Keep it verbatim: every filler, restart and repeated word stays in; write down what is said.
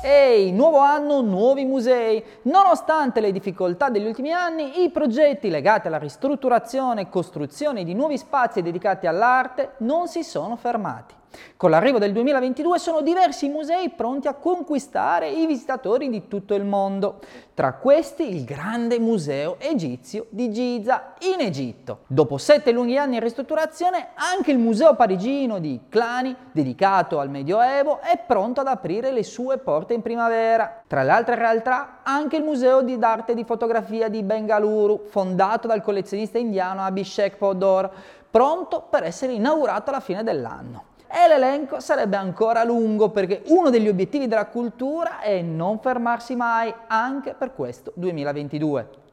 Ehi, nuovo anno, nuovi musei! Nonostante le difficoltà degli ultimi anni, i progetti legati alla ristrutturazione e costruzione di nuovi spazi dedicati all'arte non si sono fermati. Con l'arrivo del duemilaventidue sono diversi i musei pronti a conquistare i visitatori di tutto il mondo. Tra questi il grande museo egizio di Giza in Egitto. Dopo sette lunghi anni in ristrutturazione, anche il museo parigino di Cluny, dedicato al Medioevo, è pronto ad aprire le sue porte in primavera. Tra le altre realtà, anche il museo d'arte e di fotografia di Bengaluru, fondato dal collezionista indiano Abhishek Poddar, pronto per essere inaugurato alla fine dell'anno. E l'elenco sarebbe ancora lungo, perché uno degli obiettivi della cultura è non fermarsi mai, anche per questo duemilaventidue.